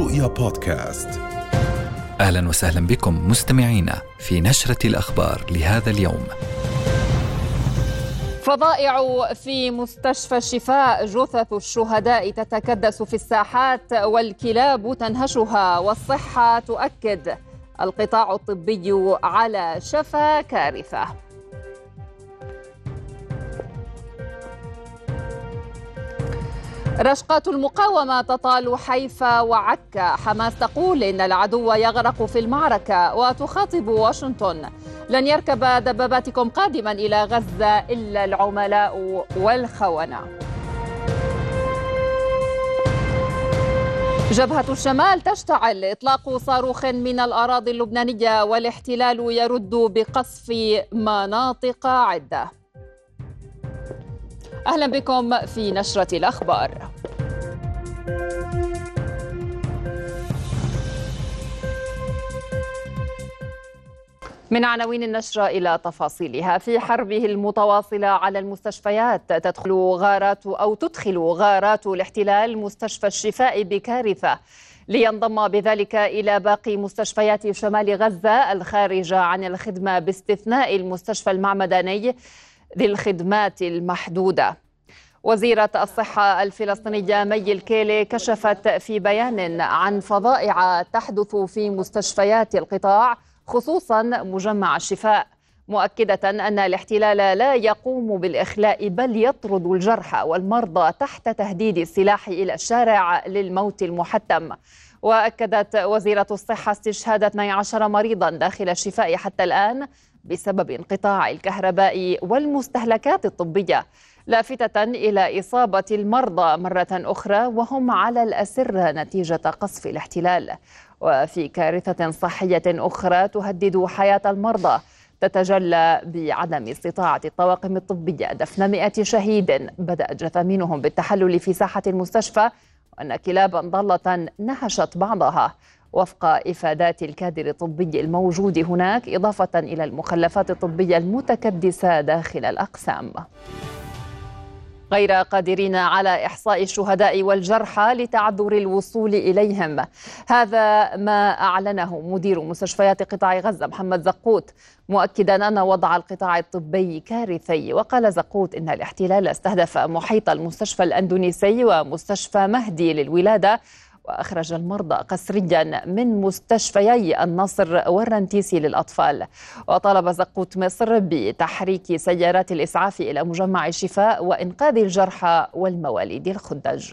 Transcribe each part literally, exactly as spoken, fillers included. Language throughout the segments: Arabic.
رؤيا بودكاست. أهلا وسهلا بكم مستمعينا في نشرة الأخبار لهذا اليوم. فظائع في مستشفى الشفاء، جثث الشهداء تتكدس في الساحات والكلاب تنهشها، والصحة تؤكد القطاع الطبي على شفا كارثة. رشقات المقاومة تطال حيفا وعكا، حماس تقول إن العدو يغرق في المعركة، وتخاطب واشنطن لن يركب دباباتكم قادما إلى غزة إلا العملاء والخونة. جبهة الشمال تشتعل، إطلاق صاروخ من الأراضي اللبنانية والاحتلال يرد بقصف مناطق عدة. أهلا بكم في نشرة الأخبار. من عناوين النشرة إلى تفاصيلها. في حربه المتواصلة على المستشفيات تدخل غارات أو تدخل غارات الاحتلال مستشفى الشفاء بكارثة، لينضم بذلك إلى باقي مستشفيات شمال غزة الخارجة عن الخدمة باستثناء المستشفى المعمداني ذي الخدمات المحدودة. وزيرة الصحة الفلسطينية مي الكيلي كشفت في بيان عن فظائع تحدث في مستشفيات القطاع خصوصا مجمع الشفاء، مؤكدة أن الاحتلال لا يقوم بالإخلاء بل يطرد الجرحى والمرضى تحت تهديد السلاح إلى الشارع للموت المحتم. وأكدت وزيرة الصحة استشهاد اثني عشر مريضا داخل الشفاء حتى الآن بسبب انقطاع الكهرباء والمستهلكات الطبية، لافتة إلى إصابة المرضى مرة أخرى وهم على الأسرة نتيجة قصف الاحتلال. وفي كارثة صحية أخرى تهدد حياة المرضى تتجلى بعدم استطاعة الطواقم الطبية دفن مئة شهيد بدأت جثامينهم بالتحلل في ساحة المستشفى، وأن كلابا ضالة نهشت بعضها وفق إفادات الكادر الطبي الموجود هناك، إضافة إلى المخلفات الطبية المتكدسة داخل الأقسام. غير قادرين على إحصاء الشهداء والجرحى لتعذر الوصول إليهم، هذا ما أعلنه مدير مستشفيات قطاع غزة محمد زقوت، مؤكدا أن وضع القطاع الطبي كارثي. وقال زقوت إن الاحتلال استهدف محيط المستشفى الأندونيسي ومستشفى مهدي للولادة، وأخرج المرضى قسريا من مستشفيي النصر والرنتيسي للأطفال. وطالب زقوت مصر بتحريك سيارات الإسعاف إلى مجمع الشفاء وإنقاذ الجرحى والمواليد الخدج.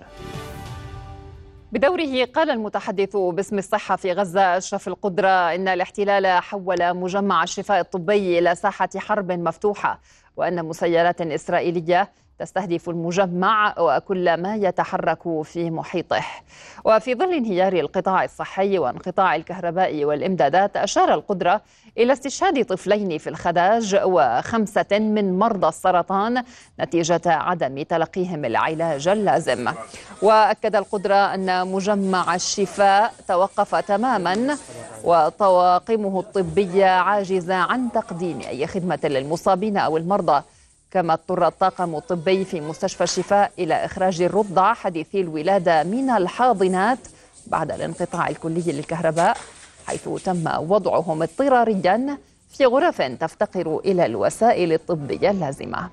بدوره قال المتحدث باسم الصحة في غزة أشرف القدرة إن الاحتلال حول مجمع الشفاء الطبي إلى ساحة حرب مفتوحة، وأن مسيرات إسرائيلية تستهدف المجمع وكل ما يتحرك في محيطه. وفي ظل انهيار القطاع الصحي وانقطاع الكهرباء والإمدادات، أشار القدرة إلى استشهاد طفلين في الخداج وخمسة من مرضى السرطان نتيجة عدم تلقيهم العلاج اللازم. وأكد القدرة أن مجمع الشفاء توقف تماما وطواقمه الطبية عاجزة عن تقديم أي خدمة للمصابين أو المرضى. كما اضطر الطاقم الطبي في مستشفى الشفاء إلى إخراج الرضع حديثي الولادة من الحاضنات بعد الانقطاع الكلي للكهرباء، حيث تم وضعهم اضطراريا في غرف تفتقر إلى الوسائل الطبية اللازمة.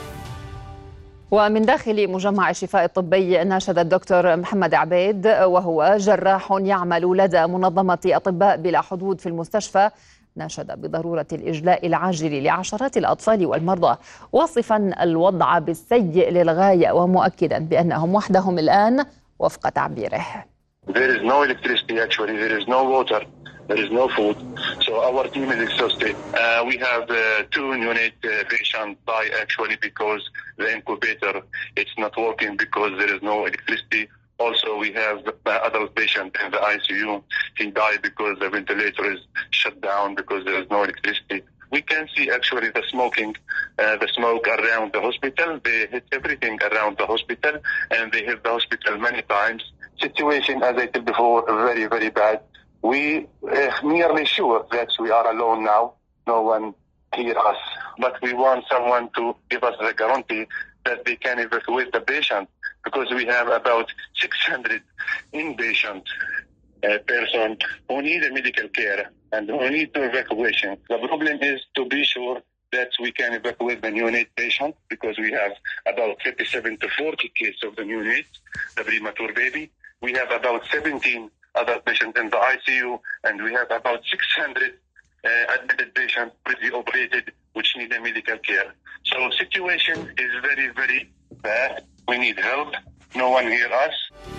ومن داخل مجمع الشفاء الطبي ناشد الدكتور محمد عبيد، وهو جراح يعمل لدى منظمة أطباء بلا حدود في المستشفى، ناشد بضرورة الإجلاء العاجل لعشرات الأطفال والمرضى، واصفا الوضع بالسيء للغاية ومؤكدا بأنهم وحدهم الآن وفق تعبيره. There is no electricity actually, there is no water, there is no food, so our team is exhausted. Uh, we have uh, two unit uh, patients die actually because the incubator it's not working because there is no electricity. Also, we have the adult patient in the I C U. He died because the ventilator is shut down because there is no electricity. We can see actually the smoking, uh, the smoke around the hospital. They hit everything around the hospital and they hit the hospital many times. Situation, as I said before, very, very bad. We are uh, nearly sure that we are alone now. No one hear us. But we want someone to give us the guarantee that they can evacuate the patient because we have about six hundred inpatients uh, person who need a medical care and who need to evacuation. The problem is to be sure that we can evacuate the neonate patient because we have about thirty-seven to forty cases of the neonate, the premature baby. We have about seventeen other patients in the I C U, and we have about six hundred uh, admitted patients pretty operated which need a medical care. So situation is very, very bad. We need help. No one hear us.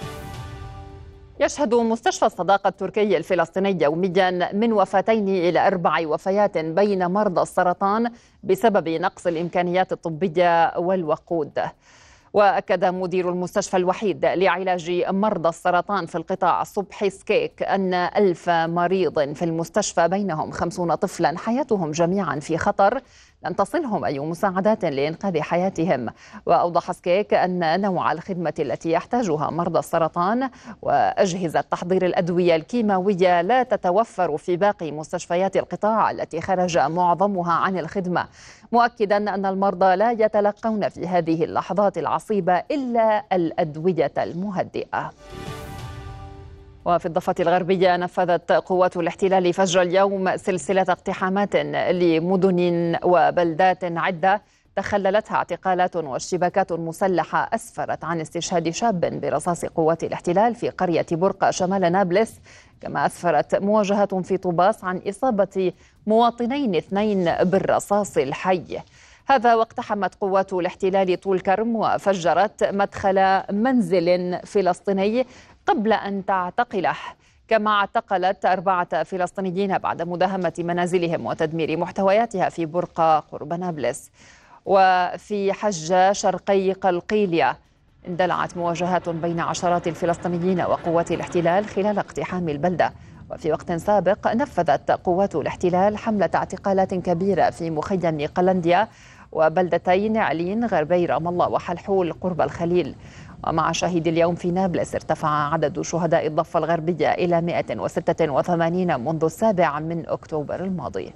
يشهد مستشفى الصداقة التركي الفلسطيني يوميا من وفاتين إلى أربع وفيات بين مرضى السرطان بسبب نقص الإمكانيات الطبية والوقود. وأكد مدير المستشفى الوحيد لعلاج مرضى السرطان في القطاع صبحي سكيك أن ألف مريض في المستشفى بينهم خمسون طفلا حياتهم جميعا في خطر لن تصلهم أي مساعدات لإنقاذ حياتهم. وأوضح سكيك أن نوع الخدمة التي يحتاجها مرضى السرطان وأجهزة تحضير الأدوية الكيماوية لا تتوفر في باقي مستشفيات القطاع التي خرج معظمها عن الخدمة، مؤكدا أن المرضى لا يتلقون في هذه اللحظات العصيبة إلا الأدوية المهدئة. وفي الضفة الغربية نفذت قوات الاحتلال فجر اليوم سلسلة اقتحامات لمدن وبلدات عدة تخللتها اعتقالات واشتباكات مسلحة أسفرت عن استشهاد شاب برصاص قوات الاحتلال في قرية برقة شمال نابلس، كما أسفرت مواجهة في طوباس عن إصابة مواطنين اثنين بالرصاص الحي. هذا واقتحمت قوات الاحتلال طول كرم وفجرت مدخل منزل فلسطيني قبل أن تعتقله، كما اعتقلت أربعة فلسطينيين بعد مداهمة منازلهم وتدمير محتوياتها في برقة قرب نابلس. وفي حجة شرقي قلقيلية اندلعت مواجهات بين عشرات الفلسطينيين وقوات الاحتلال خلال اقتحام البلدة. وفي وقت سابق نفذت قوات الاحتلال حملة اعتقالات كبيرة في مخيم قلنديا وبلدتين علين غربي رام الله وحلحول قرب الخليل. ومع شهيد اليوم في نابلس ارتفع عدد شهداء الضفة الغربية إلى مئة وستة وثمانين منذ السابع من أكتوبر الماضي.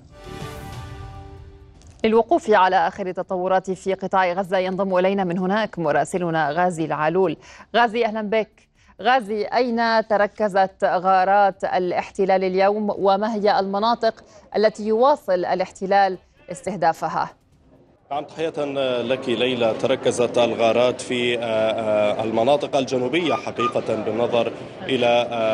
للوقوف على آخر التطورات في قطاع غزة ينضم إلينا من هناك مراسلنا غازي العلول. غازي أهلا بك. غازي، أين تركزت غارات الاحتلال اليوم وما هي المناطق التي يواصل الاحتلال استهدافها؟ نعم، تحية لك ليلى. تركزت الغارات في المناطق الجنوبية حقيقة بالنظر إلى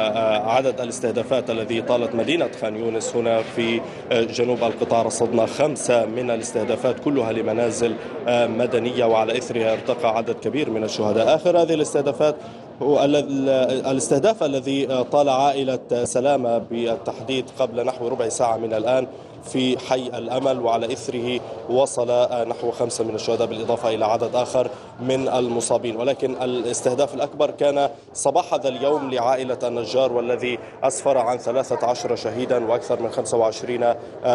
عدد الاستهدافات الذي طالت مدينة خان يونس هنا في جنوب القطاع. رصدنا خمسة من الاستهدافات كلها لمنازل مدنية، وعلى إثرها ارتقى عدد كبير من الشهداء. آخر هذه الاستهدافات هو الاستهداف الذي طال عائلة سلامة بالتحديد قبل نحو ربع ساعة من الآن في حي الأمل، وعلى إثره وصل نحو خمسة من الشهداء بالإضافة إلى عدد آخر من المصابين. ولكن الاستهداف الأكبر كان صباح هذا اليوم لعائلة النجار، والذي أسفر عن ثلاثة عشر شهيدا وأكثر من خمسة وعشرين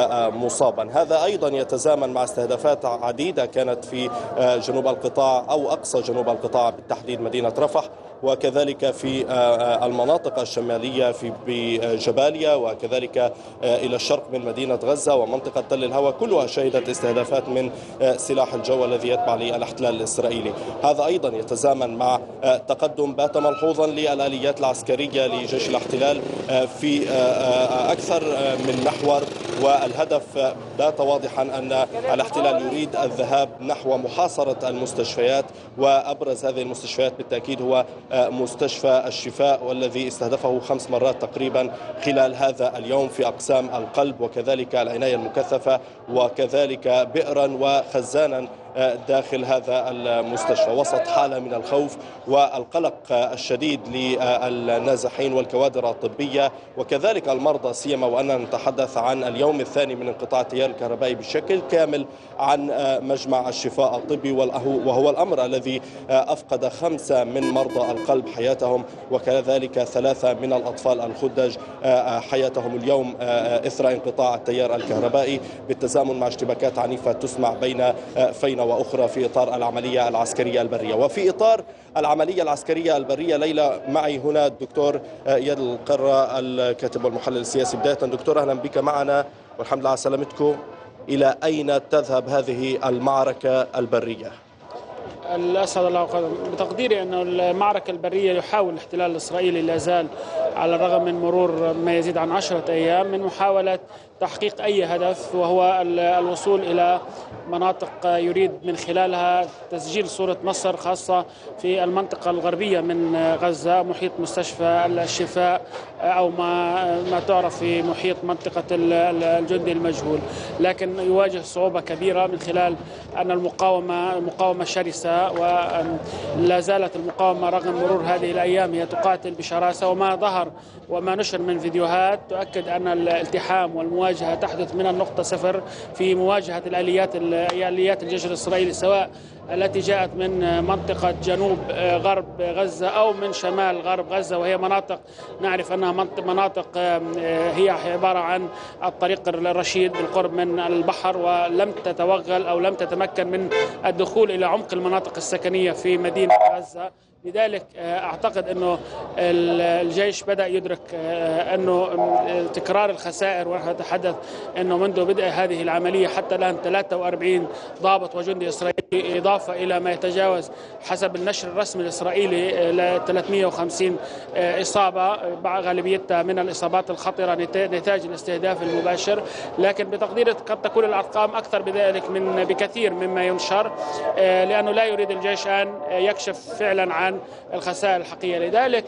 مصابا. هذا أيضا يتزامن مع استهدافات عديدة كانت في جنوب القطاع أو أقصى جنوب القطاع بالتحديد مدينة رفح، وكذلك في المناطق الشمالية في بجباليا، وكذلك إلى الشرق من مدينة غزة ومنطقة تل الهوى، كلها شهدت استهدافات من سلاح الجو الذي يتبع للاحتلال الإسرائيلي. هذا أيضا يتزامن مع تقدم بات ملحوظا للآليات العسكرية لجيش الاحتلال في أكثر من محور، والهدف بات واضحا أن الاحتلال يريد الذهاب نحو محاصرة المستشفيات، وأبرز هذه المستشفيات بالتأكيد هو مستشفى الشفاء، والذي استهدفه خمس مرات تقريبا خلال هذا اليوم في أقسام القلب وكذلك العناية المكثفة وكذلك بئرا وخزانا داخل هذا المستشفى، وسط حالة من الخوف والقلق الشديد للنازحين والكوادر الطبية وكذلك المرضى، سيما وأننا نتحدث عن اليوم الثاني من انقطاع التيار الكهربائي بشكل كامل عن مجمع الشفاء الطبي، وهو الأمر الذي أفقد خمسة من مرضى القلب حياتهم، وكذلك ثلاثة من الأطفال الخدج حياتهم اليوم إثر انقطاع التيار الكهربائي، بالتزامن مع اشتباكات عنيفة تسمع بين فينا وأخرى في إطار العملية العسكرية البرية. وفي إطار العملية العسكرية البرية ليلى، معي هنا الدكتور إياد القرة الكاتب والمحلل السياسي. بداية دكتور أهلا بك معنا والحمد لله على سلامتكم. إلى أين تذهب هذه المعركة البرية؟ الأسعد الله قدم. بتقديري أن المعركة البرية يحاول الاحتلال الإسرائيلي لا زال على الرغم من مرور ما يزيد عن عشرة أيام من محاولة تحقيق أي هدف، وهو الوصول إلى مناطق يريد من خلالها تسجيل صورة مصر، خاصة في المنطقة الغربية من غزة محيط مستشفى الشفاء أو ما ما تعرف في محيط منطقة الجندي المجهول. لكن يواجه صعوبة كبيرة من خلال أن المقاومة مقاومة شرسة، ولا زالت المقاومة رغم مرور هذه الأيام هي تقاتل بشراسة. وما ظهر وما نشر من فيديوهات تؤكد أن الالتحام والمواجهة تحدث من النقطة صفر في مواجهة الآليات آليات الجيش الإسرائيلي، سواء التي جاءت من منطقة جنوب غرب غزة أو من شمال غرب غزة، وهي مناطق نعرف أنها مناطق هي عبارة عن الطريق الرشيد بالقرب من البحر، ولم تتوغل أو لم تتمكن من الدخول إلى عمق المناطق السكنية في مدينة غزة. لذلك أعتقد أنه الجيش بدأ يدرك أنه تكرار الخسائر، ونحن نتحدث أنه منذ بدء هذه العملية حتى الآن ثلاثة وأربعين ضابط وجندي إسرائيلي، إضافة إلى ما يتجاوز حسب النشر الرسمي الإسرائيلي ل ثلاثمئة وخمسين إصابة، غالبيتها من الإصابات الخطرة نتاج الاستهداف المباشر. لكن بتقدير قد تكون الأرقام أكثر بذلك من بكثير مما ينشر، لأنه لا يريد الجيش أن يكشف فعلا عن الخسائر الحقيقية. لذلك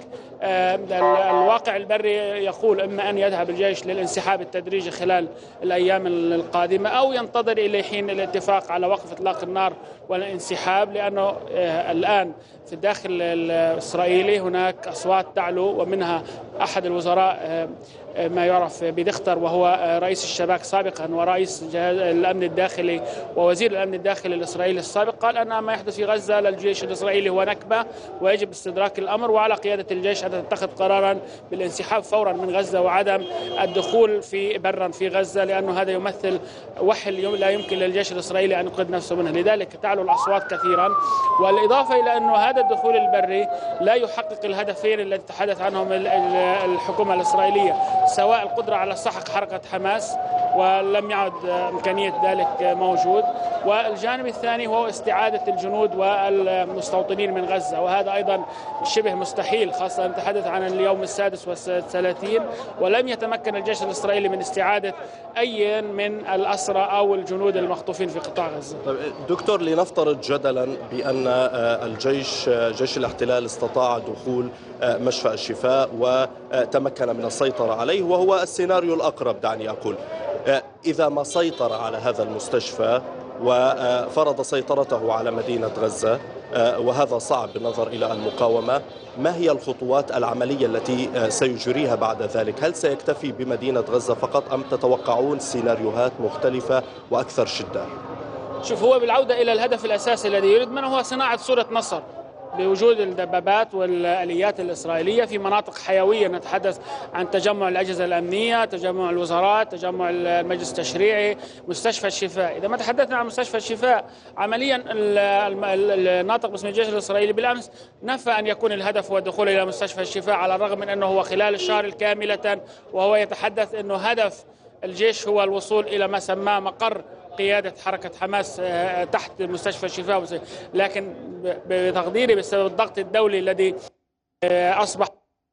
الواقع البري يقول إما أن يذهب الجيش للانسحاب التدريجي خلال الأيام القادمة، أو ينتظر إلى حين الاتفاق على وقف إطلاق النار والانسحاب، لأنه الآن في الداخل الإسرائيلي هناك أصوات تعلو، ومنها أحد الوزراء ما يعرف بدختر، وهو رئيس الشباك سابقا ورئيس جهاز الأمن الداخلي ووزير الأمن الداخلي الإسرائيلي السابق، قال أن ما يحدث في غزة للجيش الإسرائيلي هو نكبة ويجب استدراك الأمر، وعلى قيادة الجيش أن تتخذ قرارا بالانسحاب فورا من غزة وعدم الدخول في برا في غزة، لأنه هذا يمثل وحل لا يمكن للجيش الإسرائيلي أن ينقذ نفسه منه. لذلك تعلو الأصوات كثيرا، والإضافة إلى أنه هذا الدخول البري لا يحقق الهدفين الذي تحدث عنهم الحكومة الإسرائيلية، سواء القدرة على سحق حركة حماس ولم يعد إمكانية ذلك موجود، والجانب الثاني هو استعادة الجنود والمستوطنين من غزة، وهذا أيضا شبه مستحيل، خاصة نتحدث عن اليوم السادس والثلاثين ولم يتمكن الجيش الإسرائيلي من استعادة أي من الأسرى أو الجنود المخطوفين في قطاع غزة. دكتور، لنفترض جدلا بأن الجيش جيش الاحتلال استطاع دخول مشفى الشفاء وتمكن من السيطرة عليه، وهو السيناريو الأقرب دعني أقول، إذا ما سيطر على هذا المستشفى وفرض سيطرته على مدينة غزة، وهذا صعب بالنظر إلى المقاومة، ما هي الخطوات العملية التي سيجريها بعد ذلك؟ هل سيكتفي بمدينة غزة فقط أم تتوقعون سيناريوهات مختلفة وأكثر شدة؟ شوف، هو بالعودة إلى الهدف الأساسي الذي يريد منه هو صناعة صورة مصر بوجود الدبابات والآليات الإسرائيلية في مناطق حيوية. نتحدث عن تجمع الأجهزة الأمنية، تجمع الوزارات، تجمع المجلس التشريعي، مستشفى الشفاء. إذا ما تحدثنا عن مستشفى الشفاء، عمليا الناطق باسم الجيش الإسرائيلي بالأمس نفى أن يكون الهدف هو الدخول إلى مستشفى الشفاء، على الرغم من أنه هو خلال الشهر كاملة وهو يتحدث أنه هدف الجيش هو الوصول إلى ما سماه مقر قيادة حركة حماس تحت مستشفى الشفاء. لكن بتقديري بسبب الضغط الدولي الذي أصبح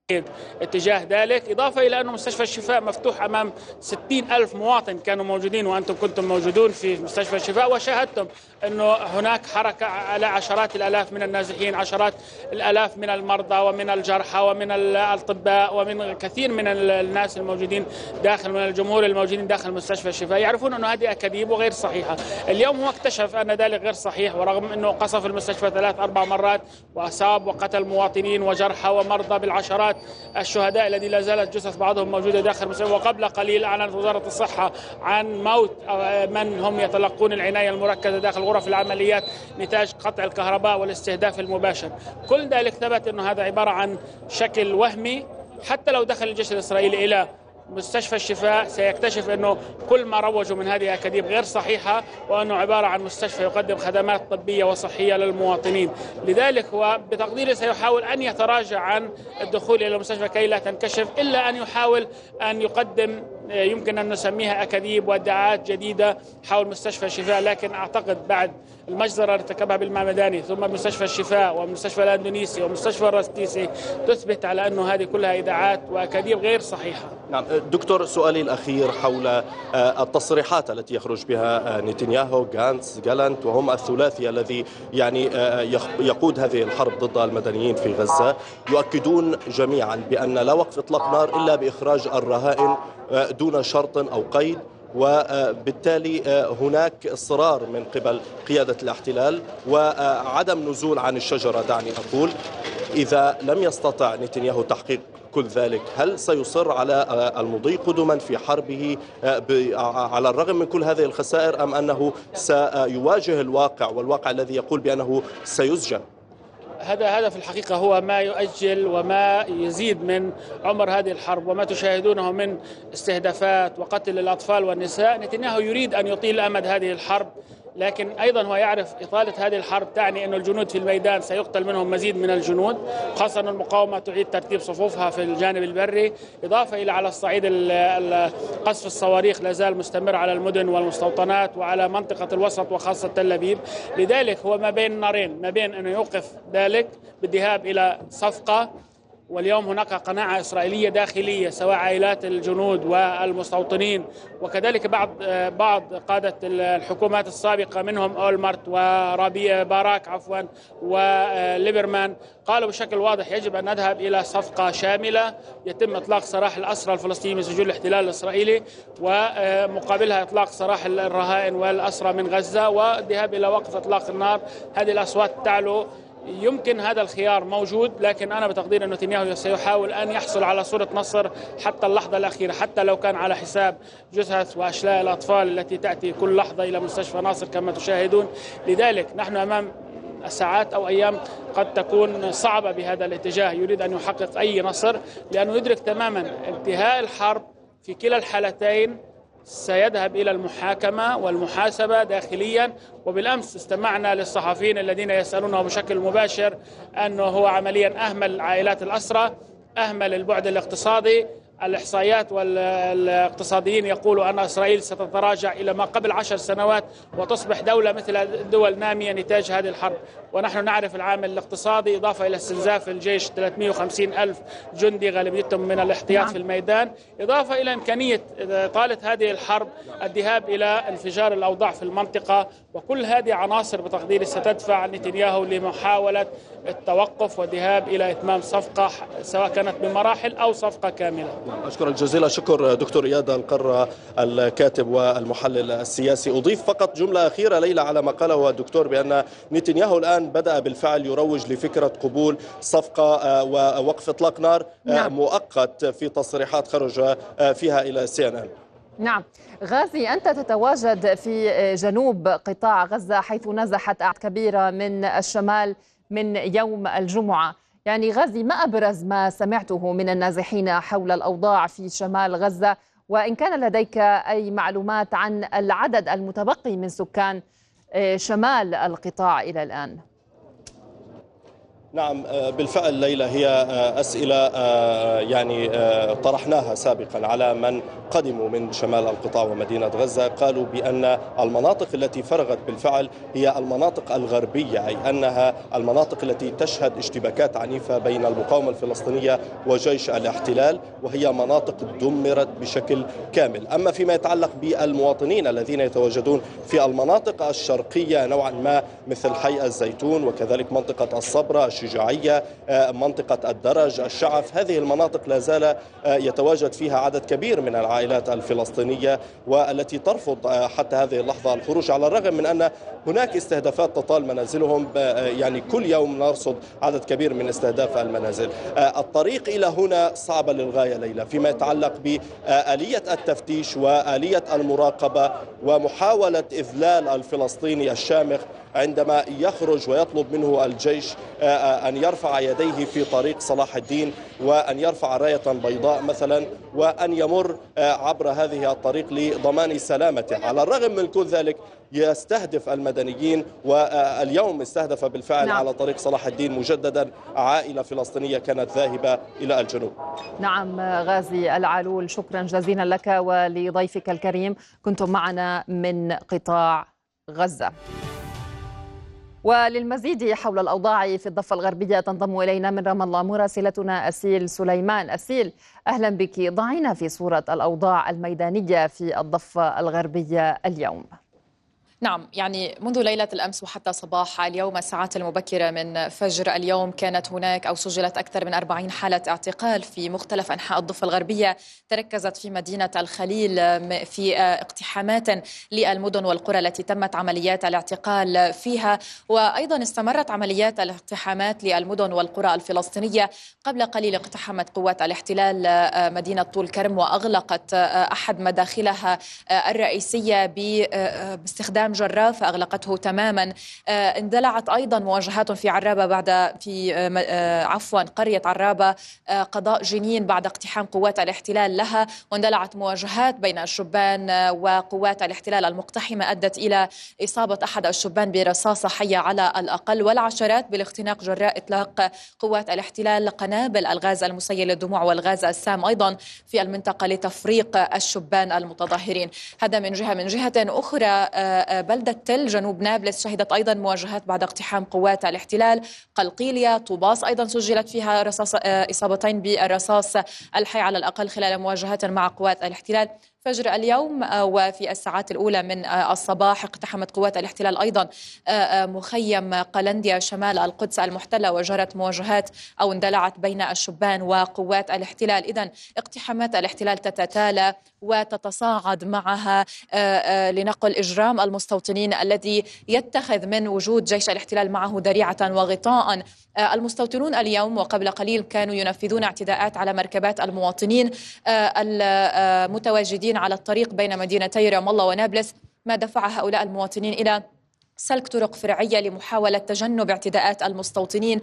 اتجاه ذلك، إضافة إلى أنه مستشفى الشفاء مفتوح أمام ستين ألف مواطن كانوا موجودين، وأنتم كنتم موجودون في مستشفى الشفاء وشاهدتم أنه هناك حركة على عشرات الآلاف من النازحين، عشرات الآلاف من المرضى ومن الجرحى ومن الأطباء ومن كثير من الناس الموجودين داخل، من الجمهور الموجودين داخل مستشفى الشفاء، يعرفون أنه هذه أكاذيب وغير صحيحة. اليوم هو اكتشف أن ذلك غير صحيح، ورغم أنه قصف المستشفى ثلاث أربع مرات وأصاب وقتل مواطنين وجرحى ومرضى بالعشرات، الشهداء الذي لا زالت جثث بعضهم موجودة داخل المستشفى. وقبل قليل أعلنت وزارة الصحة عن موت من هم يتلقون العناية المركزة داخل غرف العمليات نتاج قطع الكهرباء والاستهداف المباشر. كل ذلك ثبت أنه هذا عبارة عن شكل وهمي. حتى لو دخل الجيش الإسرائيلي إلى مستشفى الشفاء سيكتشف أنه كل ما روجوا من هذه أكاذيب غير صحيحة، وأنه عبارة عن مستشفى يقدم خدمات طبية وصحية للمواطنين. لذلك هو بتقديري سيحاول أن يتراجع عن الدخول إلى المستشفى كي لا تنكشف، إلا أن يحاول أن يقدم يمكن أن نسميها أكاذيب وادعاءات جديدة حول مستشفى الشفاء، لكن أعتقد بعد المجزرة اللي ارتكبها بالمعمداني ثم مستشفى الشفاء ومستشفى الاندونيسي ومستشفى الرستيسي تثبت على أنه هذه كلها إدعاءات وأكاذيب غير صحيحة. نعم دكتور، سؤالي الأخير حول التصريحات التي يخرج بها نتنياهو، غانتس، جالانت، وهم الثلاثي الذي يعني يقود هذه الحرب ضد المدنيين في غزة. يؤكدون جميعا بأن لا وقف إطلاق نار إلا بإخراج الرهائن دون شرط أو قيد، وبالتالي هناك إصرار من قبل قيادة الاحتلال وعدم نزول عن الشجرة. دعني أقول إذا لم يستطع نتنياهو تحقيق كل ذلك، هل سيصر على المضي قدما في حربه على الرغم من كل هذه الخسائر، أم أنه سيواجه الواقع والواقع الذي يقول بأنه سيسجن؟ هذا هذا في الحقيقة هو ما يؤجل وما يزيد من عمر هذه الحرب، وما تشاهدونه من استهدافات وقتل الأطفال والنساء. نتنياهو يريد أن يطيل أمد هذه الحرب، لكن أيضا هو يعرف إطالة هذه الحرب تعني أن الجنود في الميدان سيقتل منهم مزيد من الجنود، خاصة أن المقاومة تعيد ترتيب صفوفها في الجانب البري، إضافة إلى على الصعيد قصف الصواريخ لازال مستمر على المدن والمستوطنات وعلى منطقة الوسط وخاصة تل أبيب. لذلك هو ما بين نارين، ما بين أن يوقف ذلك بالذهاب إلى صفقة، واليوم هناك قناعة إسرائيلية داخلية سواء عائلات الجنود والمستوطنين وكذلك بعض بعض قادة الحكومات السابقة منهم أولمرت ورابية باراك عفوا وليبرمان قالوا بشكل واضح يجب أن نذهب إلى صفقة شاملة يتم إطلاق سراح الأسرى الفلسطينيين من سجون الاحتلال الإسرائيلي، ومقابلها إطلاق سراح الرهائن والأسرى من غزة والذهاب إلى وقف إطلاق النار. هذه الأصوات تعلو. يمكن هذا الخيار موجود، لكن أنا بتقدير أن نتنياهو سيحاول أن يحصل على صورة نصر حتى اللحظة الأخيرة، حتى لو كان على حساب جثث وأشلاء الأطفال التي تأتي كل لحظة إلى مستشفى ناصر كما تشاهدون. لذلك نحن أمام ساعات أو أيام قد تكون صعبة بهذا الاتجاه. يريد أن يحقق أي نصر لأنه يدرك تماما انتهاء الحرب في كلا الحالتين سيذهب إلى المحاكمة والمحاسبة داخليا. وبالأمس استمعنا للصحفيين الذين يسألونه بشكل مباشر أنه هو عمليا أهمل عائلات الأسرى، أهمل البعد الاقتصادي. الإحصائيات والاقتصاديين يقولوا أن إسرائيل ستتراجع إلى ما قبل عشر سنوات وتصبح دولة مثل الدول نامية نتاج هذه الحرب. ونحن نعرف العامل الاقتصادي إضافة إلى استنزاف الجيش ثلاثمئة وخمسين ألف جندي غالبيتهم من الاحتياط في الميدان، إضافة إلى إمكانية إطالة هذه الحرب الذهاب إلى انفجار الأوضاع في المنطقة. وكل هذه عناصر بتقديري ستدفع نتنياهو لمحاولة التوقف والذهاب إلى إتمام صفقة سواء كانت بمراحل أو صفقة كاملة. أشكر الجزيل الشكر دكتور إياد القرة الكاتب والمحلل السياسي. أضيف فقط جملة أخيرة ليلى على ما قاله الدكتور بأن نتنياهو الآن بدأ بالفعل يروج لفكرة قبول صفقة ووقف إطلاق نار نعم. مؤقت في تصريحات خرج فيها إلى سي إن إن. نعم غازي، أنت تتواجد في جنوب قطاع غزة حيث نزحت أعداد كبيرة من الشمال من يوم الجمعة. يعني غازي، ما أبرز ما سمعته من النازحين حول الأوضاع في شمال غزة، وإن كان لديك أي معلومات عن العدد المتبقي من سكان شمال القطاع إلى الآن؟ نعم بالفعل ليلى، هي أسئلة يعني طرحناها سابقا على من قدموا من شمال القطاع ومدينة غزة. قالوا بأن المناطق التي فرغت بالفعل هي المناطق الغربية، أي أنها المناطق التي تشهد اشتباكات عنيفة بين المقاومة الفلسطينية وجيش الاحتلال، وهي مناطق دمرت بشكل كامل. أما فيما يتعلق بالمواطنين الذين يتواجدون في المناطق الشرقية نوعا ما مثل حي الزيتون وكذلك منطقة الصبرة الشجاعية منطقة الدرج الشعف، هذه المناطق لا زال يتواجد فيها عدد كبير من العائلات الفلسطينية والتي ترفض حتى هذه اللحظة الخروج، على الرغم من أن هناك استهدافات تطال منازلهم. يعني كل يوم نرصد عدد كبير من استهداف المنازل. الطريق إلى هنا صعبة للغاية ليلى فيما يتعلق بآلية التفتيش وآلية المراقبة ومحاولة إذلال الفلسطيني الشامخ عندما يخرج ويطلب منه الجيش أن يرفع يديه في طريق صلاح الدين وأن يرفع راية بيضاء مثلا وأن يمر عبر هذه الطريق لضمان سلامته. على الرغم من كل ذلك يستهدف المدنيين، واليوم استهدف بالفعل نعم. على طريق صلاح الدين مجددا عائلة فلسطينية كانت ذاهبة إلى الجنوب. نعم غازي العلول، شكرا جزيلا لك ولضيفك الكريم، كنتم معنا من قطاع غزة. وللمزيد حول الأوضاع في الضفة الغربية تنضم إلينا من رام الله مراسلتنا أسيل سليمان. أسيل، أهلا بك، ضعينا في صورة الأوضاع الميدانية في الضفة الغربية اليوم. نعم، يعني منذ ليلة الأمس وحتى صباح اليوم الساعات المبكرة من فجر اليوم كانت هناك أو سجلت أكثر من أربعين حالة اعتقال في مختلف أنحاء الضفة الغربية، تركزت في مدينة الخليل في اقتحامات للمدن والقرى التي تمت عمليات الاعتقال فيها، وأيضا استمرت عمليات الاقتحامات للمدن والقرى الفلسطينية. قبل قليل اقتحمت قوات الاحتلال مدينة طول كرم وأغلقت أحد مداخلها الرئيسية باستخدام جرافة أغلقته تماما. اندلعت أيضا مواجهات في عرابة بعد في عفوا قرية عرابة قضاء جنين بعد اقتحام قوات الاحتلال لها، واندلعت مواجهات بين الشبان وقوات الاحتلال المقتحمة أدت إلى إصابة أحد الشبان برصاصة حية على الأقل، والعشرات بالاختناق جراء إطلاق قوات الاحتلال قنابل الغاز المسيل للدموع والغاز السام أيضا في المنطقة لتفريق الشبان المتظاهرين. هذا من جهة. من جهة أخرى بلدة تل جنوب نابلس شهدت أيضا مواجهات بعد اقتحام قوات الاحتلال. قلقيلية طوباس أيضا سجلت فيها رصاص إصابتين بالرصاص الحي على الأقل خلال مواجهات مع قوات الاحتلال. فجر اليوم وفي الساعات الأولى من الصباح اقتحمت قوات الاحتلال أيضا مخيم قلنديا شمال القدس المحتلة، وجرت مواجهات أو اندلعت بين الشبان وقوات الاحتلال. إذن اقتحامات الاحتلال تتتالى وتتصاعد معها لنقل إجرام المستوطنين الذي يتخذ من وجود جيش الاحتلال معه ذريعة وغطاء. المستوطنون اليوم وقبل قليل كانوا ينفذون اعتداءات على مركبات المواطنين المتواجدين على الطريق بين مدينتي رام الله ونابلس، ما دفع هؤلاء المواطنين إلى سلك طرق فرعية لمحاولة تجنب اعتداءات المستوطنين.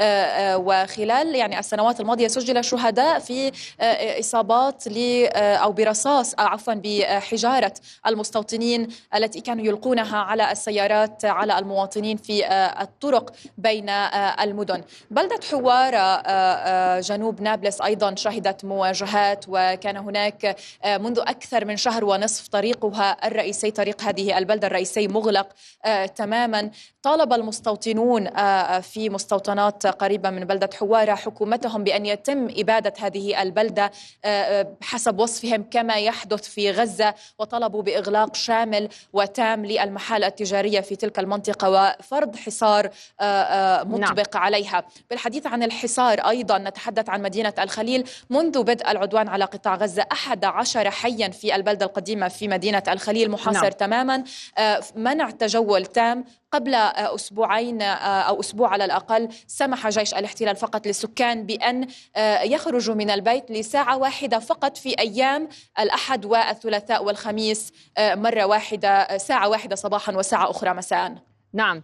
وخلال يعني السنوات الماضية سجل شهداء في إصابات ل أو برصاص عفوا بحجارة المستوطنين التي كانوا يلقونها على السيارات على المواطنين في الطرق بين المدن. بلدة حوارة جنوب نابلس أيضا شهدت مواجهات، وكان هناك منذ أكثر من شهر ونصف طريقها الرئيسي، طريق هذه البلدة الرئيسي مغلق تماما. طالب المستوطنون في مستوطنات قريبة من بلدة حوارة حكومتهم بأن يتم إبادة هذه البلدة بحسب وصفهم كما يحدث في غزة، وطلبوا بإغلاق شامل وتام للمحال التجارية في تلك المنطقة وفرض حصار مطبق نعم. عليها. بالحديث عن الحصار أيضا نتحدث عن مدينة الخليل. منذ بدء العدوان على قطاع غزة أحد عشر حيا في البلدة القديمة في مدينة الخليل محاصر نعم. تماما، منع تجول تام. قبل أسبوعين أو أسبوع على الأقل سمح جيش الاحتلال فقط للسكان بأن يخرجوا من البيت لساعة واحدة فقط في أيام الأحد والثلاثاء والخميس، مرة واحدة، ساعة واحدة صباحا وساعة أخرى مساء. نعم.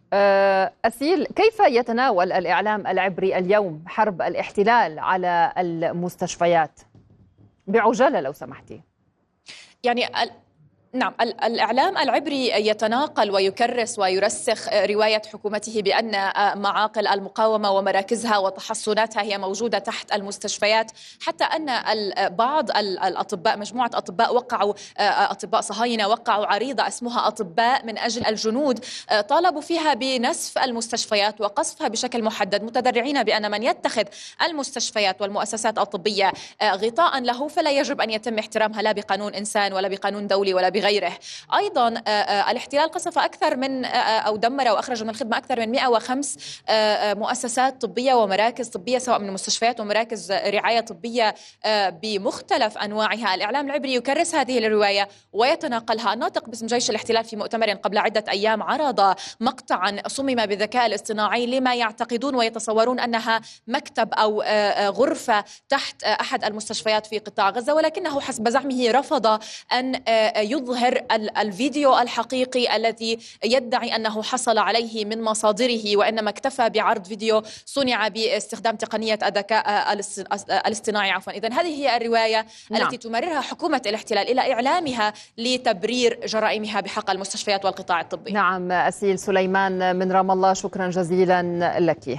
أسيل، كيف يتناول الإعلام العبري اليوم حرب الاحتلال على المستشفيات؟ بعجالة لو سمحتي. يعني نعم، الإعلام العبري يتناقل ويكرس ويرسخ رواية حكومته بأن معاقل المقاومة ومراكزها وتحصناتها هي موجودة تحت المستشفيات، حتى أن بعض الأطباء، مجموعة أطباء وقعوا أطباء صهاينة وقعوا عريضة اسمها أطباء من أجل الجنود، طالبوا فيها بنسف المستشفيات وقصفها بشكل محدد، متذرعين بأن من يتخذ المستشفيات والمؤسسات الطبية غطاء له فلا يجب أن يتم احترامها لا بقانون إنسان ولا بقانون دولي ولا بغيره. أيضا الاحتلال قصف أكثر من أو دمر وأخرج من الخدمة أكثر من مئة وخمس مؤسسات طبية ومراكز طبية، سواء من مستشفيات ومراكز رعاية طبية بمختلف أنواعها. الإعلام العبري يكرس هذه الرواية ويتناقلها. الناطق باسم جيش الاحتلال في مؤتمر قبل عدة أيام عرض مقطعا صمم بالذكاء الاصطناعي لما يعتقدون ويتصورون أنها مكتب أو غرفة تحت أحد المستشفيات في قطاع غزة، ولكنه حسب زعمه رفض أن يظهر يظهر الفيديو الحقيقي الذي يدعي أنه حصل عليه من مصادره، وإنما اكتفى بعرض فيديو صنع باستخدام تقنية الذكاء الاصطناعي عفوا. إذن هذه هي الرواية نعم. التي تمررها حكومة الاحتلال إلى إعلامها لتبرير جرائمها بحق المستشفيات والقطاع الطبي. نعم. أسيل سليمان من رام الله، شكرا جزيلا لك.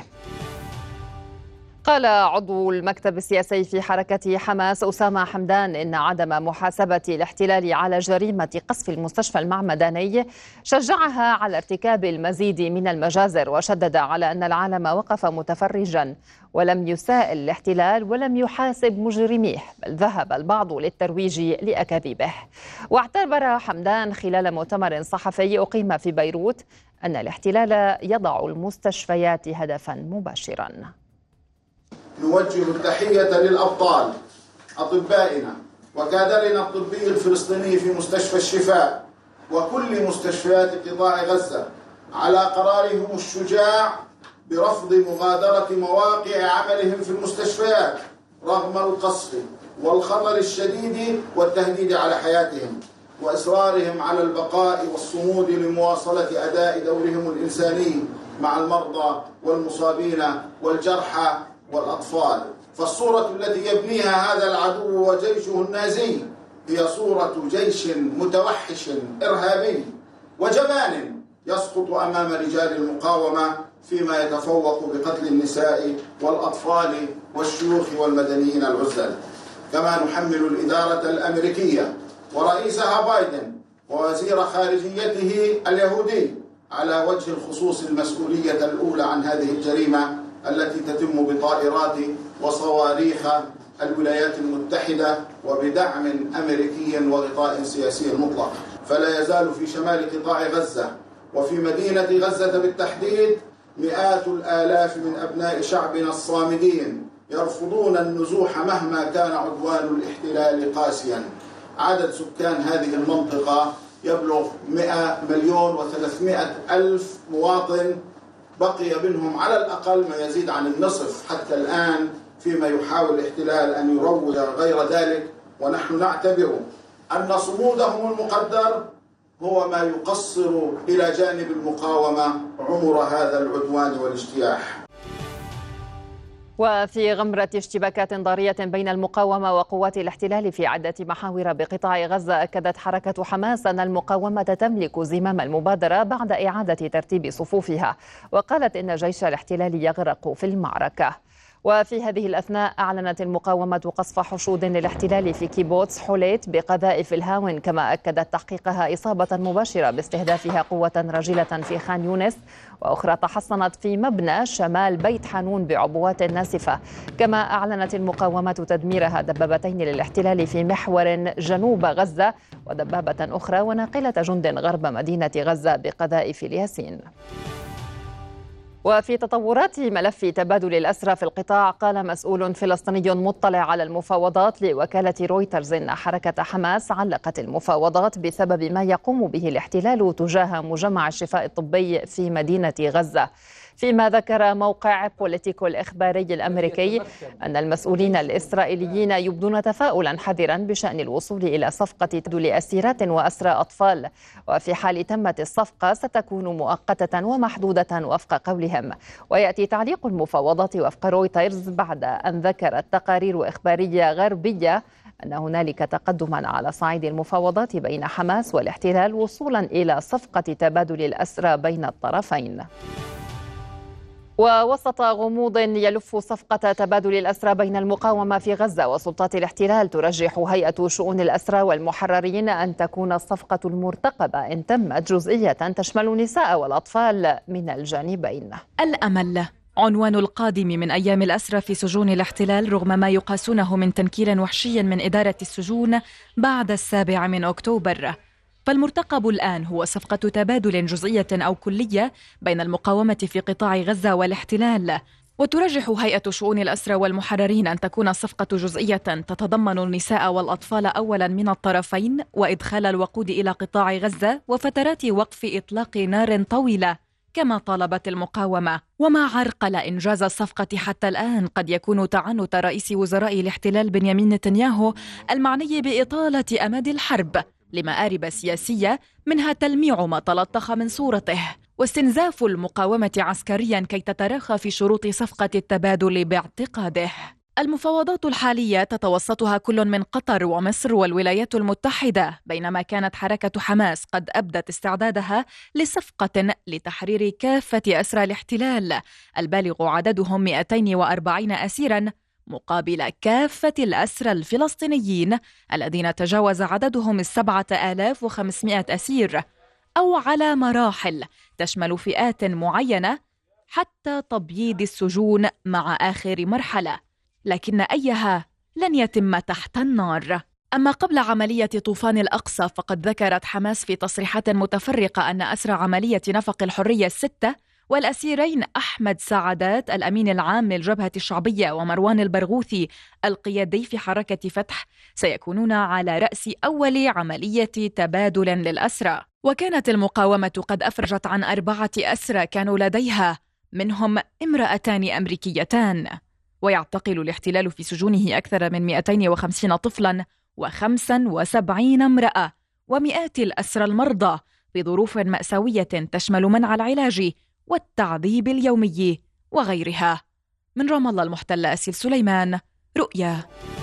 قال عضو المكتب السياسي في حركة حماس أسامة حمدان إن عدم محاسبة الاحتلال على جريمة قصف المستشفى المعمداني شجعها على ارتكاب المزيد من المجازر، وشدد على أن العالم وقف متفرجا ولم يسائل الاحتلال ولم يحاسب مجرميه، بل ذهب البعض للترويج لأكاذيبه. واعتبر حمدان خلال مؤتمر صحفي أقيم في بيروت أن الاحتلال يضع المستشفيات هدفا مباشرا. نوجه التحية للأبطال أطبائنا وكادرنا الطبي الفلسطيني في مستشفى الشفاء وكل مستشفيات قطاع غزة على قرارهم الشجاع برفض مغادرة مواقع عملهم في المستشفيات رغم القصف والخطر الشديد والتهديد على حياتهم، وإصرارهم على البقاء والصمود لمواصلة أداء دورهم الإنساني مع المرضى والمصابين والجرحى والأطفال. فالصورة التي يبنيها هذا العدو وجيشه النازي هي صورة جيش متوحش إرهابي وجبان يسقط أمام رجال المقاومة فيما يتفوق بقتل النساء والأطفال والشيوخ والمدنيين العزل. كما نحمل الإدارة الأمريكية ورئيسها بايدن ووزير خارجيته اليهودي على وجه الخصوص المسؤولية الأولى عن هذه الجريمة التي تتم بطائرات وصواريخ الولايات المتحدة وبدعم أمريكي وغطاء سياسي مطلق. فلا يزال في شمال قطاع غزة وفي مدينة غزة بالتحديد مئات الآلاف من أبناء شعبنا الصامدين يرفضون النزوح مهما كان عدوان الاحتلال قاسيا. عدد سكان هذه المنطقة يبلغ مئة مليون وثلاثمائة ألف مواطن، بقي منهم على الأقل ما يزيد عن النصف حتى الآن فيما يحاول الاحتلال أن يروج غير ذلك. ونحن نعتبر أن صمودهم المقدر هو ما يقصر إلى جانب المقاومة عمر هذا العدوان والاجتياح. وفي غمرة اشتباكات ضارية بين المقاومة وقوات الاحتلال في عدة محاور بقطاع غزة، أكدت حركة حماس أن المقاومة تملك زمام المبادرة بعد إعادة ترتيب صفوفها، وقالت إن جيش الاحتلال يغرق في المعركة. وفي هذه الأثناء أعلنت المقاومة قصف حشود للاحتلال في كيبوتس حوليت بقذائف الهاون، كما أكدت تحقيقها إصابة مباشرة باستهدافها قوة رجلة في خان يونس وأخرى تحصنت في مبنى شمال بيت حانون بعبوات ناسفة. كما أعلنت المقاومة تدميرها دبابتين للاحتلال في محور جنوب غزة ودبابة أخرى وناقلة جند غرب مدينة غزة بقذائف الياسين. وفي تطورات ملف تبادل الأسرى في القطاع، قال مسؤول فلسطيني مطلع على المفاوضات لوكالة رويترز إن حركة حماس علقت المفاوضات بسبب ما يقوم به الاحتلال تجاه مجمع الشفاء الطبي في مدينة غزة. فيما ذكر موقع بوليتيكو الإخباري الأمريكي أن المسؤولين الإسرائيليين يبدون تفاؤلا حذرا بشأن الوصول إلى صفقة تبادل أسيرات وأسرى أطفال، وفي حال تمت الصفقة ستكون مؤقتة ومحدودة وفق قولهم. ويأتي تعليق المفاوضات وفق رويترز بعد أن ذكرت تقارير إخبارية غربية أن هنالك تقدما على صعيد المفاوضات بين حماس والاحتلال وصولا إلى صفقة تبادل الأسرى بين الطرفين. ووسط غموض يلف صفقة تبادل الأسرى بين المقاومة في غزة وسلطات الاحتلال، ترجح هيئة شؤون الأسرى والمحررين أن تكون الصفقة المرتقبة إن تمت جزئية تشمل النساء والأطفال من الجانبين. الأمل عنوان القادم من أيام الأسرى في سجون الاحتلال رغم ما يقاسونه من تنكيل وحشي من إدارة السجون بعد السابع من أكتوبر. فالمرتقب الآن هو صفقة تبادل جزئية أو كلية بين المقاومة في قطاع غزة والاحتلال. وترجح هيئة شؤون الأسرى والمحررين أن تكون الصفقة جزئية تتضمن النساء والأطفال أولا من الطرفين، وإدخال الوقود إلى قطاع غزة وفترات وقف إطلاق نار طويلة كما طالبت المقاومة. وما عرقل إنجاز الصفقة حتى الآن قد يكون تعنت رئيس وزراء الاحتلال بنيامين نتنياهو المعني بإطالة أمد الحرب لمآرب سياسية، منها تلميع ما تلطخ من صورته واستنزاف المقاومة عسكريا كي تتراخى في شروط صفقة التبادل باعتقاده. المفاوضات الحالية تتوسطها كل من قطر ومصر والولايات المتحدة، بينما كانت حركة حماس قد أبدت استعدادها لصفقة لتحرير كافة أسرى الاحتلال البالغ عددهم مئتين وأربعين أسيراً مقابل كافة الأسرى الفلسطينيين الذين تجاوز عددهم السبعة آلاف وخمسمائة أسير، أو على مراحل تشمل فئات معينة حتى تبييض السجون مع آخر مرحلة، لكن أيها لن يتم تحت النار. أما قبل عملية طوفان الأقصى فقد ذكرت حماس في تصريحات متفرقة أن أسرى عملية نفق الحرية الستة والأسيرين أحمد سعادات الأمين العام للجبهة الشعبية ومروان البرغوثي القيادي في حركة فتح سيكونون على رأس أول عملية تبادل للأسرى. وكانت المقاومة قد أفرجت عن أربعة أسرى كانوا لديها، منهم امرأتان أمريكيتان. ويعتقل الاحتلال في سجونه أكثر من مئتين وخمسين طفلاً وخمسة وسبعين امرأة ومئات الأسرى المرضى في ظروف مأساوية تشمل منع العلاج والتعذيب اليومي وغيرها. من رام الله المحتلة أسيل سليمان، رؤيا.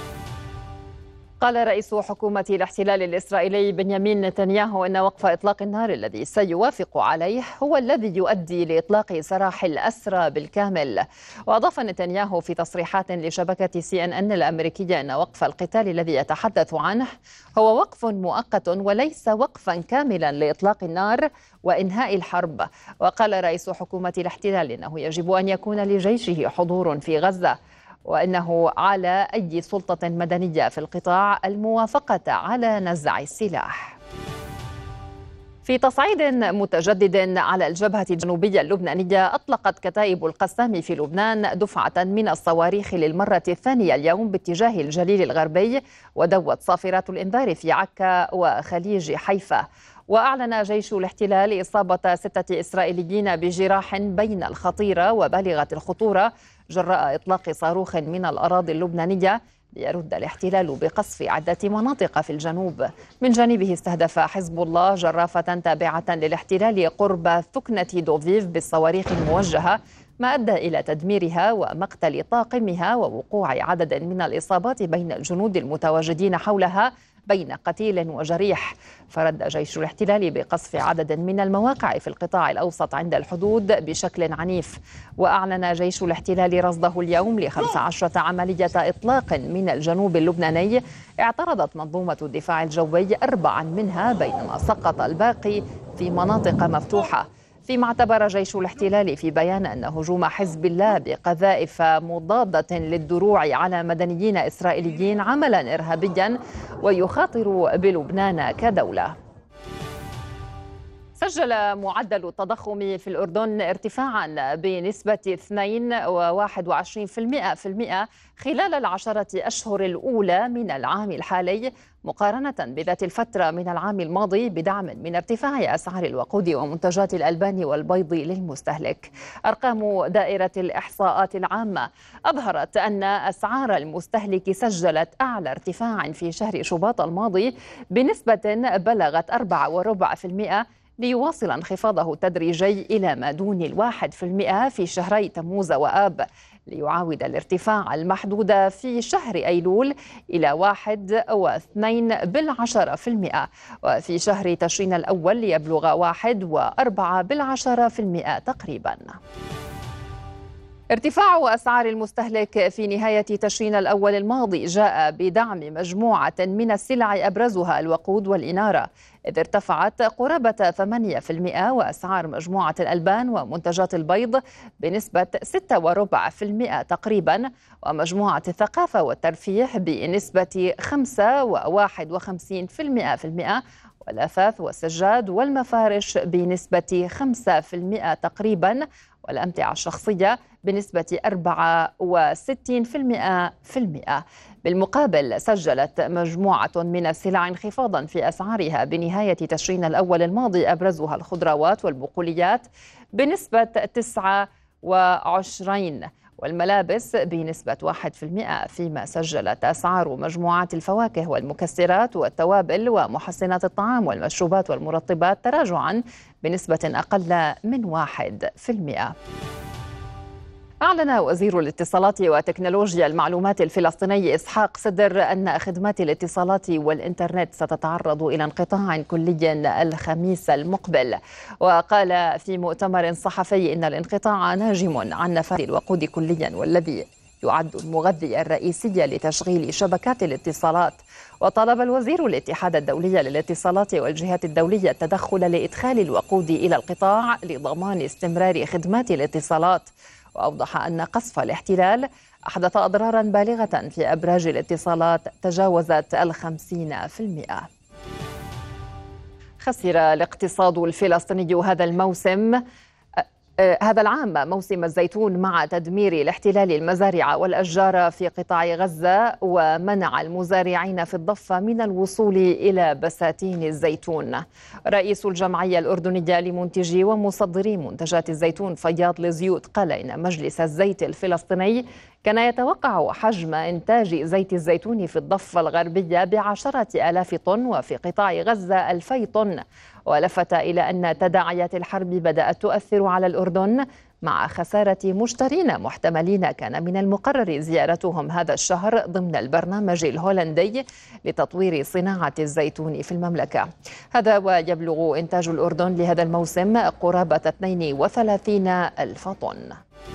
قال رئيس حكومة الاحتلال الإسرائيلي بنيامين نتنياهو إن وقف إطلاق النار الذي سيوافق عليه هو الذي يؤدي لإطلاق سراح الأسرى بالكامل. وأضاف نتنياهو في تصريحات لشبكة سي إن إن الأمريكية أن وقف القتال الذي يتحدث عنه هو وقف مؤقت وليس وقفا كاملا لإطلاق النار وإنهاء الحرب. وقال رئيس حكومة الاحتلال إنه يجب أن يكون لجيشه حضور في غزة، وأنه على أي سلطة مدنية في القطاع الموافقة على نزع السلاح. في تصعيد متجدد على الجبهة الجنوبية اللبنانية، أطلقت كتائب القسام في لبنان دفعة من الصواريخ للمرة الثانية اليوم باتجاه الجليل الغربي، ودوت صافرات الإنذار في عكا وخليج حيفا. وأعلن جيش الاحتلال إصابة ستة إسرائيليين بجراح بين الخطيرة وبالغة الخطورة جراء إطلاق صاروخ من الأراضي اللبنانية ليرد الاحتلال بقصف عدة مناطق في الجنوب. من جانبه استهدف حزب الله جرافة تابعة للاحتلال قرب ثكنة دوفيف بالصواريخ الموجهة، ما أدى إلى تدميرها ومقتل طاقمها ووقوع عدد من الإصابات بين الجنود المتواجدين حولها بين قتيل وجريح. فرد جيش الاحتلال بقصف عدد من المواقع في القطاع الأوسط عند الحدود بشكل عنيف. وأعلن جيش الاحتلال رصده اليوم لخمس عشرة عملية إطلاق من الجنوب اللبناني اعترضت منظومة الدفاع الجوي أربعا منها، بينما سقط الباقي في مناطق مفتوحة. فيما اعتبر جيش الاحتلال في بيان أن هجوم حزب الله بقذائف مضادة للدروع على مدنيين إسرائيليين عملا إرهابيا ويخاطر بلبنان كدولة. سجل معدل التضخم في الأردن ارتفاعا بنسبة اثنين وواحد وعشرين بالمئة خلال العشرة أشهر الأولى من العام الحالي مقارنة بذات الفترة من العام الماضي، بدعم من ارتفاع أسعار الوقود ومنتجات الألبان والبيض للمستهلك. أرقام دائرة الإحصاءات العامة أظهرت أن أسعار المستهلك سجلت أعلى ارتفاع في شهر شباط الماضي بنسبة بلغت أربعة وربع في المئة، ليواصل انخفاضه التدريجي إلى ما دون الواحد في المئة في شهري تموز وآب، ليعاود الارتفاع المحدود في شهر أيلول إلى واحد واثنين بالعشرة في المئة، وفي شهر تشرين الأول ليبلغ واحد وأربعة بالعشرة في المئة تقريبا. ارتفاع أسعار المستهلك في نهاية تشرين الأول الماضي جاء بدعم مجموعة من السلع أبرزها الوقود والإنارة، إذ ارتفعت قرابة ثمانية في المئة، وأسعار مجموعة الألبان ومنتجات البيض بنسبة ستة وربع في المئة تقريبا، ومجموعة الثقافة والترفيه بنسبة خمسة وواحد وخمسين في المئة في المئة، والأثاث والسجاد والمفارش بنسبة خمسة في المئة تقريبا، والأمتعة الشخصية بنسبة أربعة وستين بالمئة في المئة. بالمقابل سجلت مجموعة من السلع انخفاضا في أسعارها بنهاية تشرين الأول الماضي، أبرزها الخضروات والبقوليات بنسبة تسعة وعشرين والملابس بنسبة واحد بالمئة، فيما سجلت أسعار مجموعات الفواكه والمكسرات والتوابل ومحسنات الطعام والمشروبات والمرطبات تراجعا بنسبة أقل من واحد بالمئة. أعلن وزير الاتصالات وتكنولوجيا المعلومات الفلسطيني إسحاق سدر أن خدمات الاتصالات والإنترنت ستتعرض إلى انقطاع كلي الخميس المقبل. وقال في مؤتمر صحفي إن الانقطاع ناجم عن نفاذ الوقود كليا، والذي يعد المغذي الرئيسي لتشغيل شبكات الاتصالات. وطلب الوزير الاتحاد الدولي للاتصالات والجهات الدولية التدخل لإدخال الوقود إلى القطاع لضمان استمرار خدمات الاتصالات. وأوضح أن قصف الاحتلال أحدث أضرارا بالغة في أبراج الاتصالات تجاوزت الخمسين في المئة. خسر الاقتصاد الفلسطيني هذا الموسم هذا العام موسم الزيتون مع تدمير الاحتلال المزارع والأشجار في قطاع غزة، ومنع المزارعين في الضفة من الوصول إلى بساتين الزيتون. رئيس الجمعية الأردنية لمنتجي ومصدري منتجات الزيتون فياض لزيوت قال إن مجلس الزيت الفلسطيني كان يتوقع حجم إنتاج زيت الزيتون في الضفة الغربية بعشرة آلاف طن وفي قطاع غزة ألفي طن. ولفت إلى أن تداعيات الحرب بدأت تؤثر على الأردن مع خسارة مشترين محتملين كان من المقرر زيارتهم هذا الشهر ضمن البرنامج الهولندي لتطوير صناعة الزيتون في المملكة. هذا ويبلغ إنتاج الأردن لهذا الموسم قرابة اثنين وثلاثين ألف طن.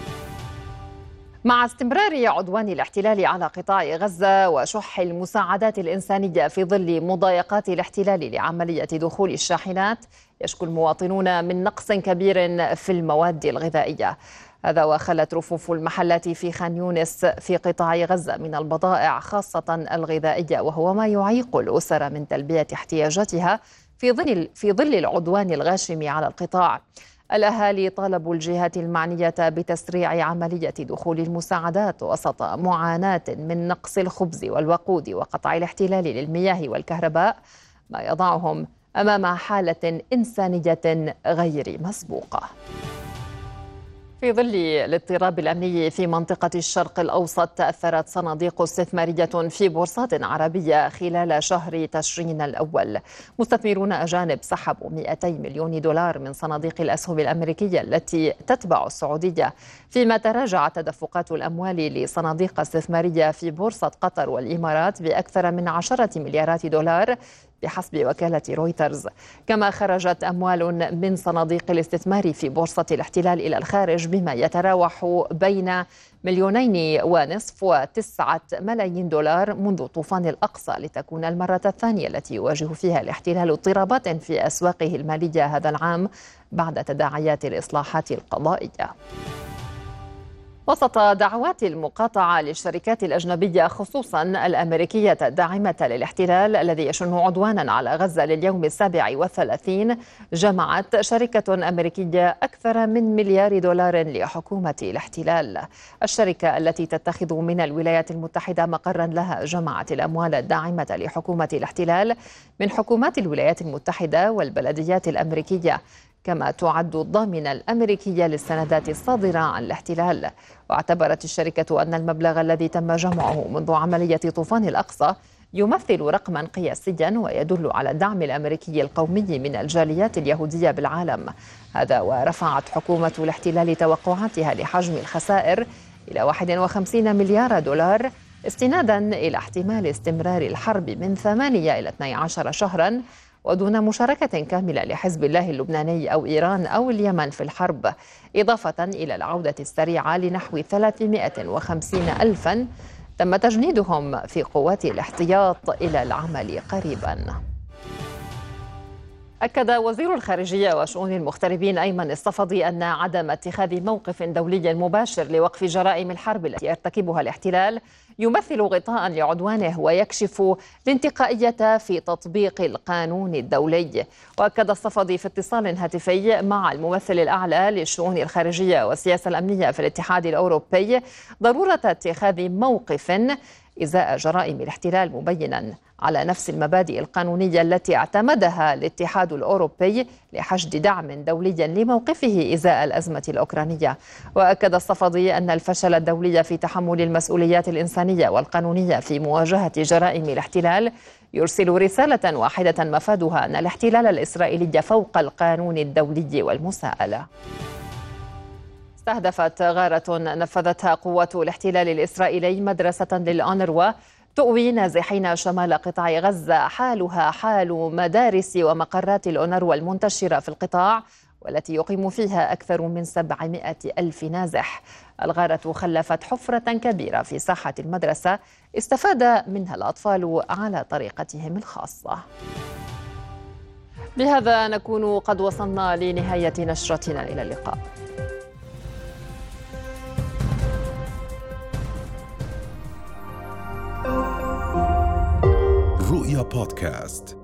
مع استمرار عدوان الاحتلال على قطاع غزة وشح المساعدات الإنسانية في ظل مضايقات الاحتلال لعملية دخول الشاحنات، يشكو المواطنون من نقص كبير في المواد الغذائية. هذا وخلت رفوف المحلات في خان يونس في قطاع غزة من البضائع خاصة الغذائية، وهو ما يعيق الأسر من تلبية احتياجاتها في ظل في ظل العدوان الغاشم على القطاع. الأهالي طالبوا الجهات المعنية بتسريع عملية دخول المساعدات وسط معاناة من نقص الخبز والوقود وقطع الاحتلال للمياه والكهرباء، ما يضعهم أمام حالة إنسانية غير مسبوقة. في ظل الاضطراب الأمني في منطقة الشرق الأوسط، تأثرت صناديق استثمارية في بورصات عربية خلال شهر تشرين الأول. مستثمرون أجانب سحبوا مئتي مليون دولار من صناديق الأسهم الأمريكية التي تتبع السعودية، فيما تراجعت تدفقات الأموال لصناديق استثمارية في بورصة قطر والإمارات بأكثر من عشرة مليارات دولار بحسب وكالة رويترز. كما خرجت أموال من صناديق الاستثمار في بورصة الاحتلال إلى الخارج بما يتراوح بين مليونين ونصف وتسعة ملايين دولار منذ طوفان الأقصى، لتكون المرة الثانية التي يواجه فيها الاحتلال اضطرابات في أسواقه المالية هذا العام بعد تداعيات الإصلاحات القضائية. وسط دعوات المقاطعة للشركات الأجنبية خصوصا الأمريكية الداعمة للاحتلال الذي يشن عدوانا على غزة لليوم السابع والثلاثين، جمعت شركة أمريكية أكثر من مليار دولار لحكومة الاحتلال. الشركة التي تتخذ من الولايات المتحدة مقرا لها جمعت الأموال الداعمة لحكومة الاحتلال من حكومات الولايات المتحدة والبلديات الأمريكية، كما تعد الضامنة الأمريكية للسندات الصادرة عن الاحتلال. واعتبرت الشركة أن المبلغ الذي تم جمعه منذ عملية طوفان الأقصى يمثل رقما قياسيا ويدل على الدعم الأمريكي القومي من الجاليات اليهودية بالعالم. هذا ورفعت حكومة الاحتلال توقعاتها لحجم الخسائر إلى واحد وخمسين مليار دولار، استنادا إلى احتمال استمرار الحرب من ثمانية إلى اثني عشر شهرا، ودون مشاركة كاملة لحزب الله اللبناني أو إيران أو اليمن في الحرب، إضافة إلى العودة السريعة لنحو ثلاثمئة وخمسين ألفا تم تجنيدهم في قوات الاحتياط إلى العمل قريبا. أكد وزير الخارجية وشؤون المغتربين أيمن الصفدي أن عدم اتخاذ موقف دولي مباشر لوقف جرائم الحرب التي يرتكبها الاحتلال يمثل غطاء لعدوانه ويكشف الانتقائية في تطبيق القانون الدولي. وأكد الصفدي في اتصال هاتفي مع الممثل الأعلى للشؤون الخارجية والسياسة الأمنية في الاتحاد الأوروبي ضرورة اتخاذ موقف إزاء جرائم الاحتلال، مبينا على نفس المبادئ القانونية التي اعتمدها الاتحاد الأوروبي لحشد دعم دولي لموقفه إزاء الأزمة الأوكرانية. وأكد الصفدي أن الفشل الدولي في تحمل المسؤوليات الإنسانية والقانونية في مواجهة جرائم الاحتلال يرسل رسالة واحدة مفادها أن الاحتلال الإسرائيلي فوق القانون الدولي والمساءلة. استهدفت غارة نفذتها قوات الاحتلال الإسرائيلي مدرسة للأونروا تؤوي نازحين شمال قطاع غزة، حالها حال مدارس ومقرات الأونروا المنتشرة في القطاع والتي يقيم فيها أكثر من سبعمائة ألف نازح. الغارة خلفت حفرة كبيرة في ساحة المدرسة استفاد منها الأطفال على طريقتهم الخاصة. بهذا نكون قد وصلنا لنهاية نشرتنا، إلى اللقاء. رؤيا بودكاست.